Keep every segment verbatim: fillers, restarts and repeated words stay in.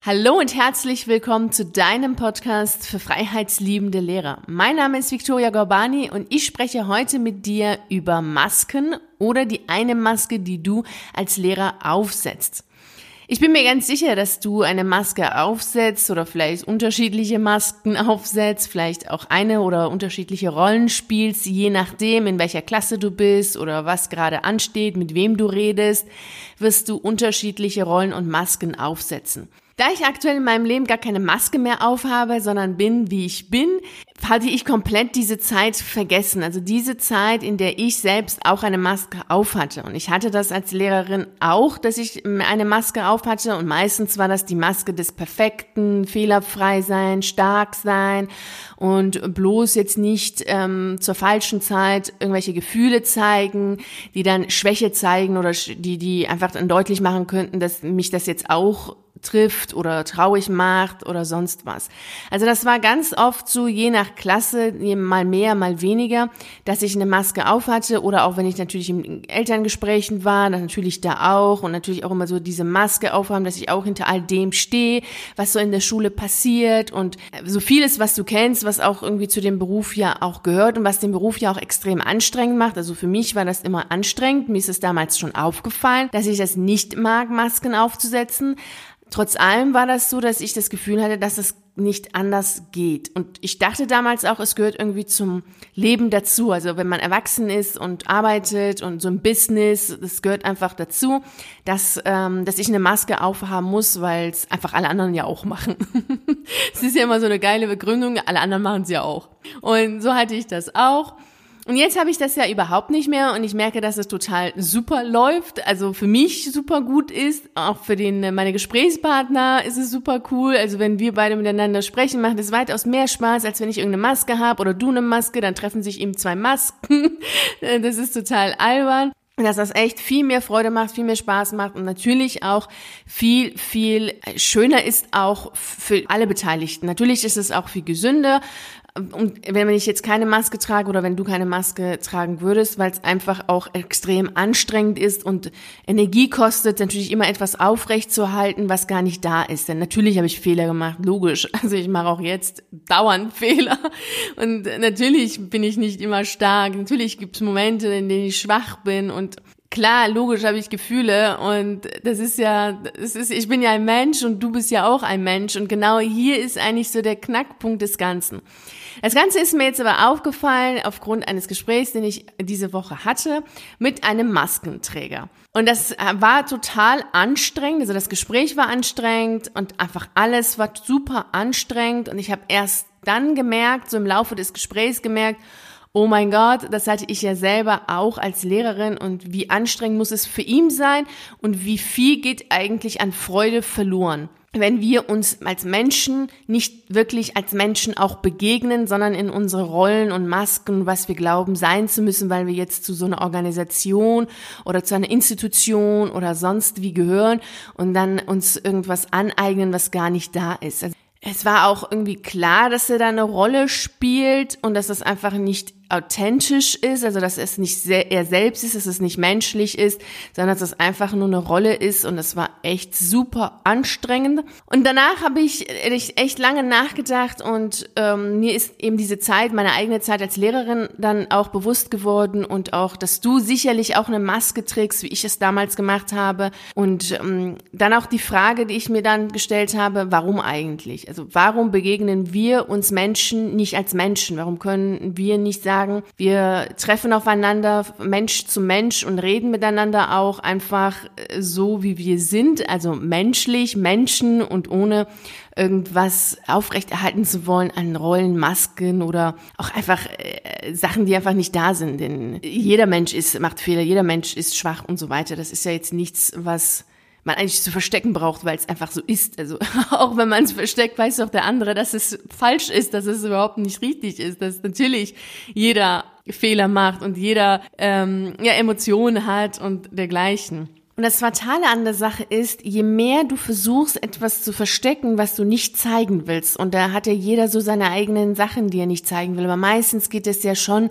Hallo und herzlich willkommen zu deinem Podcast für freiheitsliebende Lehrer. Mein Name ist Victoria Gorbani und ich spreche heute mit dir über Masken oder die eine Maske, die du als Lehrer aufsetzt. Ich bin mir ganz sicher, dass du eine Maske aufsetzt oder vielleicht unterschiedliche Masken aufsetzt, vielleicht auch eine oder unterschiedliche Rollen spielst, je nachdem, in welcher Klasse du bist oder was gerade ansteht, mit wem du redest, wirst du unterschiedliche Rollen und Masken aufsetzen. Da ich aktuell in meinem Leben gar keine Maske mehr aufhabe, sondern bin, wie ich bin, hatte ich komplett diese Zeit vergessen. Also diese Zeit, in der ich selbst auch eine Maske aufhatte. Und ich hatte das als Lehrerin auch, dass ich eine Maske aufhatte. Und meistens war das die Maske des Perfekten, fehlerfrei sein, stark sein und bloß jetzt nicht ähm, zur falschen Zeit irgendwelche Gefühle zeigen, die dann Schwäche zeigen oder die, die einfach dann deutlich machen könnten, dass mich das jetzt auch trifft oder traurig macht oder sonst was. Also das war ganz oft so, je nach Klasse, mal mehr, mal weniger, dass ich eine Maske auf hatte oder auch wenn ich natürlich in Elterngesprächen war, dann natürlich da auch und natürlich auch immer so diese Maske aufhaben, dass ich auch hinter all dem stehe, was so in der Schule passiert und so vieles, was du kennst, was auch irgendwie zu dem Beruf ja auch gehört und was den Beruf ja auch extrem anstrengend macht. Also für mich war das immer anstrengend. Mir ist es damals schon aufgefallen, dass ich das nicht mag, Masken aufzusetzen. Trotz allem war das so, dass ich das Gefühl hatte, dass es nicht anders geht. Und ich dachte damals auch, es gehört irgendwie zum Leben dazu. Also wenn man erwachsen ist und arbeitet und so ein Business, das gehört einfach dazu, dass ähm, dass ich eine Maske aufhaben muss, weil es einfach alle anderen ja auch machen. Es ist ja immer so eine geile Begründung, alle anderen machen es ja auch. Und so hatte ich das auch. Und jetzt habe ich das ja überhaupt nicht mehr und ich merke, dass es total super läuft, also für mich super gut ist, auch für den meine Gesprächspartner ist es super cool, also wenn wir beide miteinander sprechen, macht es weitaus mehr Spaß, als wenn ich irgendeine Maske habe oder du eine Maske, dann treffen sich eben zwei Masken, das ist total albern. Dass das echt viel mehr Freude macht, viel mehr Spaß macht und natürlich auch viel, viel schöner ist auch für alle Beteiligten. Natürlich ist es auch viel gesünder. Und wenn ich jetzt keine Maske trage oder wenn du keine Maske tragen würdest, weil es einfach auch extrem anstrengend ist und Energie kostet, natürlich immer etwas aufrecht zu halten, was gar nicht da ist. Denn natürlich habe ich Fehler gemacht, logisch. Also ich mache auch jetzt dauernd Fehler und natürlich bin ich nicht immer stark. Natürlich gibt es Momente, in denen ich schwach bin und klar, logisch habe ich Gefühle und das ist ja, das ist, ich bin ja ein Mensch und du bist ja auch ein Mensch und genau hier ist eigentlich so der Knackpunkt des Ganzen. Das Ganze ist mir jetzt aber aufgefallen aufgrund eines Gesprächs, den ich diese Woche hatte mit einem Maskenträger. Und das war total anstrengend, also das Gespräch war anstrengend und einfach alles war super anstrengend und ich habe erst dann gemerkt, so im Laufe des Gesprächs gemerkt, oh mein Gott, das hatte ich ja selber auch als Lehrerin und wie anstrengend muss es für ihn sein und wie viel geht eigentlich an Freude verloren, wenn wir uns als Menschen nicht wirklich als Menschen auch begegnen, sondern in unsere Rollen und Masken, was wir glauben sein zu müssen, weil wir jetzt zu so einer Organisation oder zu einer Institution oder sonst wie gehören und dann uns irgendwas aneignen, was gar nicht da ist. Also es war auch irgendwie klar, dass er da eine Rolle spielt und dass es einfach nicht authentisch ist, also dass es nicht sehr, er selbst ist, dass es nicht menschlich ist, sondern dass es einfach nur eine Rolle ist und das war echt super anstrengend. Und danach habe ich echt lange nachgedacht und ähm, mir ist eben diese Zeit, meine eigene Zeit als Lehrerin dann auch bewusst geworden und auch, dass du sicherlich auch eine Maske trägst, wie ich es damals gemacht habe und ähm, dann auch die Frage, die ich mir dann gestellt habe, warum eigentlich? Also warum begegnen wir uns Menschen nicht als Menschen? Warum können wir nicht sagen, wir treffen aufeinander Mensch zu Mensch und reden miteinander auch einfach so, wie wir sind, also menschlich, Menschen und ohne irgendwas aufrechterhalten zu wollen an Rollen, Masken oder auch einfach äh, Sachen, die einfach nicht da sind. Denn jeder Mensch ist, macht Fehler, jeder Mensch ist schwach und so weiter. Das ist ja jetzt nichts, was man eigentlich zu verstecken braucht, weil es einfach so ist. Also auch wenn man es versteckt, weiß doch der andere, dass es falsch ist, dass es überhaupt nicht richtig ist, dass natürlich jeder Fehler macht und jeder ähm, ja Emotionen hat und dergleichen. Und das Fatale an der Sache ist, je mehr du versuchst, etwas zu verstecken, was du nicht zeigen willst, und da hat ja jeder so seine eigenen Sachen, die er nicht zeigen will, aber meistens geht es ja schon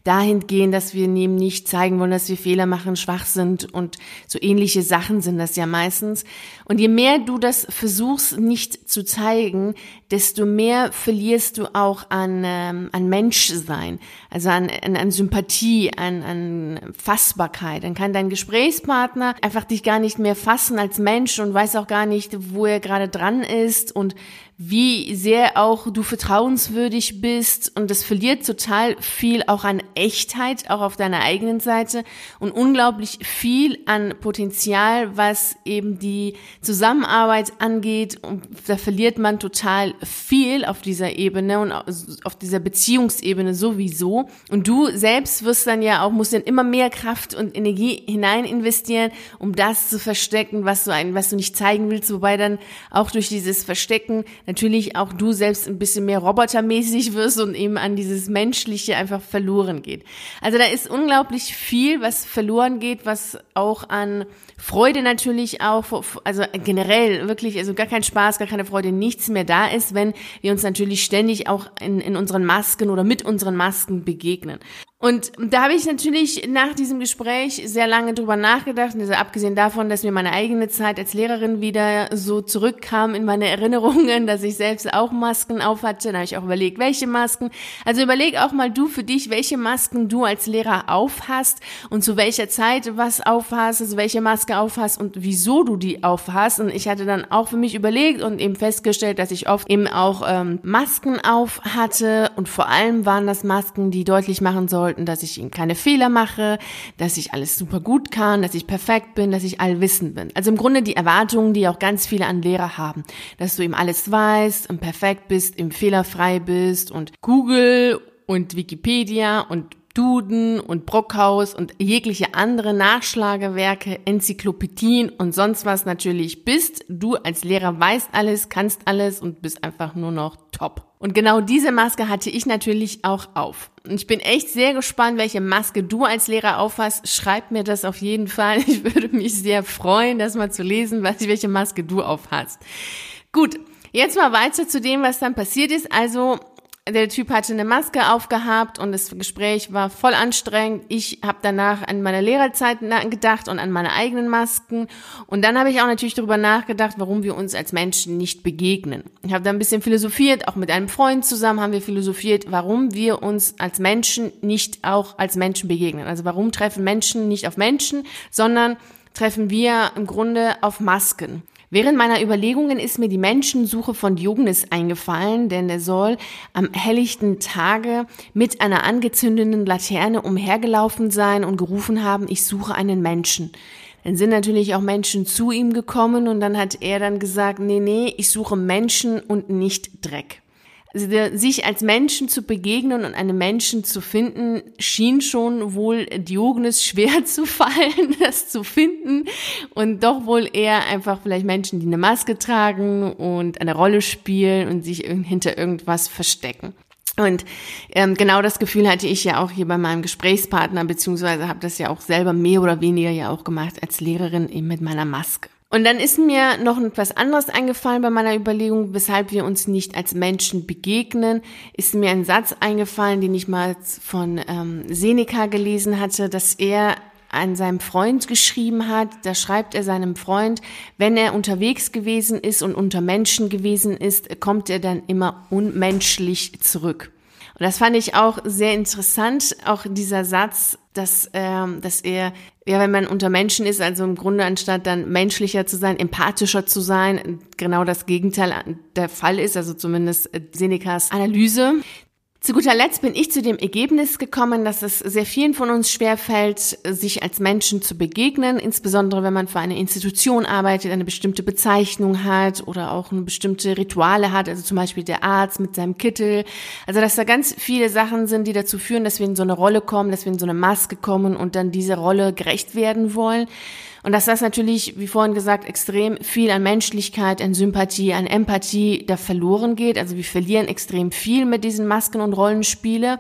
dahingehend, dass wir eben nicht zeigen wollen, dass wir Fehler machen, schwach sind und so ähnliche Sachen sind das ja meistens. Und je mehr du das versuchst nicht zu zeigen, desto mehr verlierst du auch an, ähm, an Menschsein, also an, an, an Sympathie, an, an Fassbarkeit. Dann kann dein Gesprächspartner einfach dich gar nicht mehr fassen als Mensch und weiß auch gar nicht, wo er gerade dran ist und wie sehr auch du vertrauenswürdig bist, und das verliert total viel auch an Echtheit, auch auf deiner eigenen Seite, und unglaublich viel an Potenzial, was eben die Zusammenarbeit angeht, und da verliert man total viel auf dieser Ebene und auf dieser Beziehungsebene sowieso, und du selbst wirst dann ja auch, musst dann immer mehr Kraft und Energie hinein investieren, um das zu verstecken, was du ein, was du nicht zeigen willst, wobei dann auch durch dieses Verstecken natürlich auch du selbst ein bisschen mehr robotermäßig wirst und eben an dieses Menschliche einfach verloren geht. Also da ist unglaublich viel, was verloren geht, was auch an Freude natürlich auch, also generell wirklich, also gar kein Spaß, gar keine Freude, nichts mehr da ist, wenn wir uns natürlich ständig auch in, in unseren Masken oder mit unseren Masken begegnen. Und da habe ich natürlich nach diesem Gespräch sehr lange drüber nachgedacht, also abgesehen davon, dass mir meine eigene Zeit als Lehrerin wieder so zurückkam in meine Erinnerungen, dass ich selbst auch Masken aufhatte. Da habe ich auch überlegt, welche Masken. Also überleg auch mal du für dich, welche Masken du als Lehrer aufhast und zu welcher Zeit was aufhast, also welche Maske aufhast und wieso du die aufhast. Und ich hatte dann auch für mich überlegt und eben festgestellt, dass ich oft eben auch ähm, Masken auf hatte, und vor allem waren das Masken, die deutlich machen sollten, dass ich eben keine Fehler mache, dass ich alles super gut kann, dass ich perfekt bin, dass ich allwissend bin. Also im Grunde die Erwartungen, die auch ganz viele an Lehrer haben, dass du eben alles weißt und perfekt bist, eben fehlerfrei bist und Google und Wikipedia und Duden und Brockhaus und jegliche andere Nachschlagewerke, Enzyklopädien und sonst was natürlich bist. Du als Lehrer weißt alles, kannst alles und bist einfach nur noch top. Und genau diese Maske hatte ich natürlich auch auf. Und ich bin echt sehr gespannt, welche Maske du als Lehrer aufhast. Schreib mir das auf jeden Fall. Ich würde mich sehr freuen, das mal zu lesen, welche Maske du aufhast. Gut, jetzt mal weiter zu dem, was dann passiert ist. Also der Typ hatte eine Maske aufgehabt und das Gespräch war voll anstrengend. Ich habe danach an meine Lehrerzeit gedacht und an meine eigenen Masken. Und dann habe ich auch natürlich darüber nachgedacht, warum wir uns als Menschen nicht begegnen. Ich habe da ein bisschen philosophiert, auch mit einem Freund zusammen haben wir philosophiert, warum wir uns als Menschen nicht auch als Menschen begegnen. Also warum treffen Menschen nicht auf Menschen, sondern treffen wir im Grunde auf Masken. Während meiner Überlegungen ist mir die Menschensuche von Diogenes eingefallen, denn er soll am helllichten Tage mit einer angezündeten Laterne umhergelaufen sein und gerufen haben, ich suche einen Menschen. Dann sind natürlich auch Menschen zu ihm gekommen und dann hat er dann gesagt, nee, nee, ich suche Menschen und nicht Dreck. Also sich als Menschen zu begegnen und einen Menschen zu finden, schien schon wohl Diogenes schwer zu fallen, das zu finden, und doch wohl eher einfach vielleicht Menschen, die eine Maske tragen und eine Rolle spielen und sich hinter irgendwas verstecken. Und ähm, genau das Gefühl hatte ich ja auch hier bei meinem Gesprächspartner, beziehungsweise habe das ja auch selber mehr oder weniger ja auch gemacht als Lehrerin eben mit meiner Maske. Und dann ist mir noch etwas anderes eingefallen bei meiner Überlegung, weshalb wir uns nicht als Menschen begegnen, ist mir ein Satz eingefallen, den ich mal von ähm, Seneca gelesen hatte, dass er an seinem Freund geschrieben hat. Da schreibt er seinem Freund, wenn er unterwegs gewesen ist und unter Menschen gewesen ist, kommt er dann immer unmenschlich zurück. Und das fand ich auch sehr interessant, auch dieser Satz, dass, ähm, dass er, ja, wenn man unter Menschen ist, also im Grunde anstatt dann menschlicher zu sein, empathischer zu sein, genau das Gegenteil der Fall ist, also zumindest Senecas Analyse. Zu guter Letzt bin ich zu dem Ergebnis gekommen, dass es sehr vielen von uns schwerfällt, sich als Menschen zu begegnen, insbesondere wenn man für eine Institution arbeitet, eine bestimmte Bezeichnung hat oder auch eine bestimmte Rituale hat, also zum Beispiel der Arzt mit seinem Kittel. Also dass da ganz viele Sachen sind, die dazu führen, dass wir in so eine Rolle kommen, dass wir in so eine Maske kommen und dann dieser Rolle gerecht werden wollen. Und dass das natürlich, wie vorhin gesagt, extrem viel an Menschlichkeit, an Sympathie, an Empathie da verloren geht. Also wir verlieren extrem viel mit diesen Masken und Rollenspiele.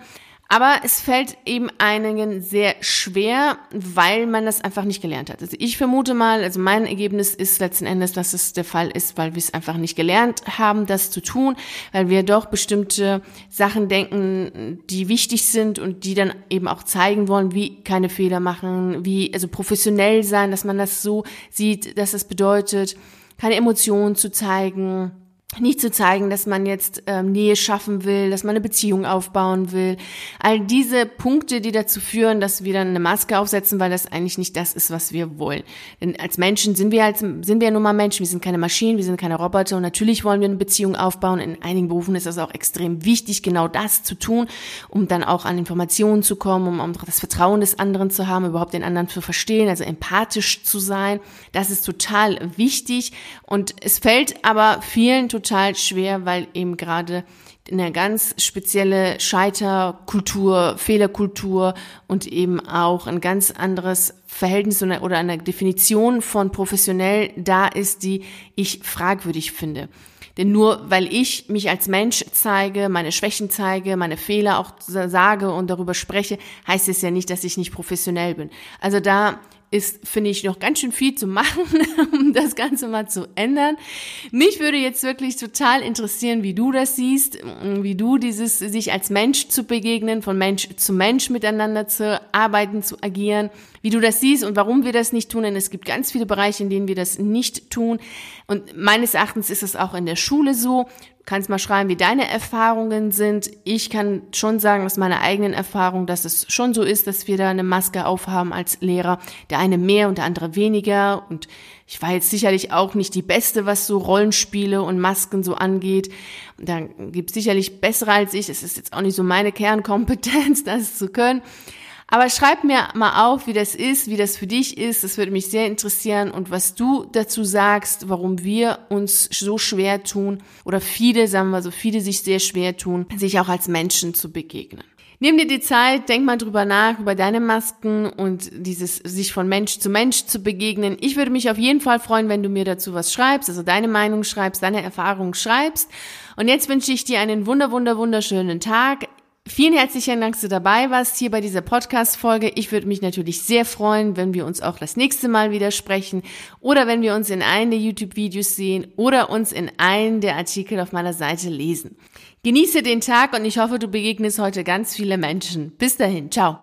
Aber es fällt eben einigen sehr schwer, weil man das einfach nicht gelernt hat. Also ich vermute mal, also mein Ergebnis ist letzten Endes, dass es der Fall ist, weil wir es einfach nicht gelernt haben, das zu tun, weil wir doch bestimmte Sachen denken, die wichtig sind und die dann eben auch zeigen wollen, wie keine Fehler machen, wie also professionell sein, dass man das so sieht, dass es bedeutet, keine Emotionen zu zeigen, nicht zu zeigen, dass man jetzt ähm, Nähe schaffen will, dass man eine Beziehung aufbauen will. All diese Punkte, die dazu führen, dass wir dann eine Maske aufsetzen, weil das eigentlich nicht das ist, was wir wollen. Denn als Menschen sind wir als sind wir ja nun mal Menschen, wir sind keine Maschinen, wir sind keine Roboter und natürlich wollen wir eine Beziehung aufbauen. In einigen Berufen ist das auch extrem wichtig, genau das zu tun, um dann auch an Informationen zu kommen, um, um das Vertrauen des anderen zu haben, überhaupt den anderen zu verstehen, also empathisch zu sein. Das ist total wichtig und es fällt aber vielen total schwer, weil eben gerade eine ganz spezielle Scheiterkultur, Fehlerkultur und eben auch ein ganz anderes Verhältnis oder eine Definition von professionell da ist, die ich fragwürdig finde. Denn nur weil ich mich als Mensch zeige, meine Schwächen zeige, meine Fehler auch sage und darüber spreche, heißt es ja nicht, dass ich nicht professionell bin. Also da ist, finde ich, noch ganz schön viel zu machen, um das Ganze mal zu ändern. Mich würde jetzt wirklich total interessieren, wie du das siehst, wie du dieses, sich als Mensch zu begegnen, von Mensch zu Mensch miteinander zu arbeiten, zu agieren, wie du das siehst und warum wir das nicht tun, denn es gibt ganz viele Bereiche, in denen wir das nicht tun. Und meines Erachtens ist es auch in der Schule so. Du kannst mal schreiben, wie deine Erfahrungen sind. Ich kann schon sagen, aus meiner eigenen Erfahrung, dass es schon so ist, dass wir da eine Maske aufhaben als Lehrer. Der eine mehr und der andere weniger. Und ich war jetzt sicherlich auch nicht die Beste, was so Rollenspiele und Masken so angeht. Da gibt es sicherlich bessere als ich. Es ist jetzt auch nicht so meine Kernkompetenz, das zu können. Aber schreib mir mal auf, wie das ist, wie das für dich ist. Das würde mich sehr interessieren und was du dazu sagst, warum wir uns so schwer tun oder viele, sagen wir so, viele sich sehr schwer tun, sich auch als Menschen zu begegnen. Nimm dir die Zeit, denk mal drüber nach, über deine Masken und dieses sich von Mensch zu Mensch zu begegnen. Ich würde mich auf jeden Fall freuen, wenn du mir dazu was schreibst, also deine Meinung schreibst, deine Erfahrung schreibst. Und jetzt wünsche ich dir einen wunder, wunder, wunderschönen Tag. Vielen herzlichen Dank, dass du dabei warst hier bei dieser Podcast-Folge. Ich würde mich natürlich sehr freuen, wenn wir uns auch das nächste Mal wieder sprechen oder wenn wir uns in einem der YouTube-Videos sehen oder uns in einem der Artikel auf meiner Seite lesen. Genieße den Tag und ich hoffe, du begegnest heute ganz viele Menschen. Bis dahin, ciao.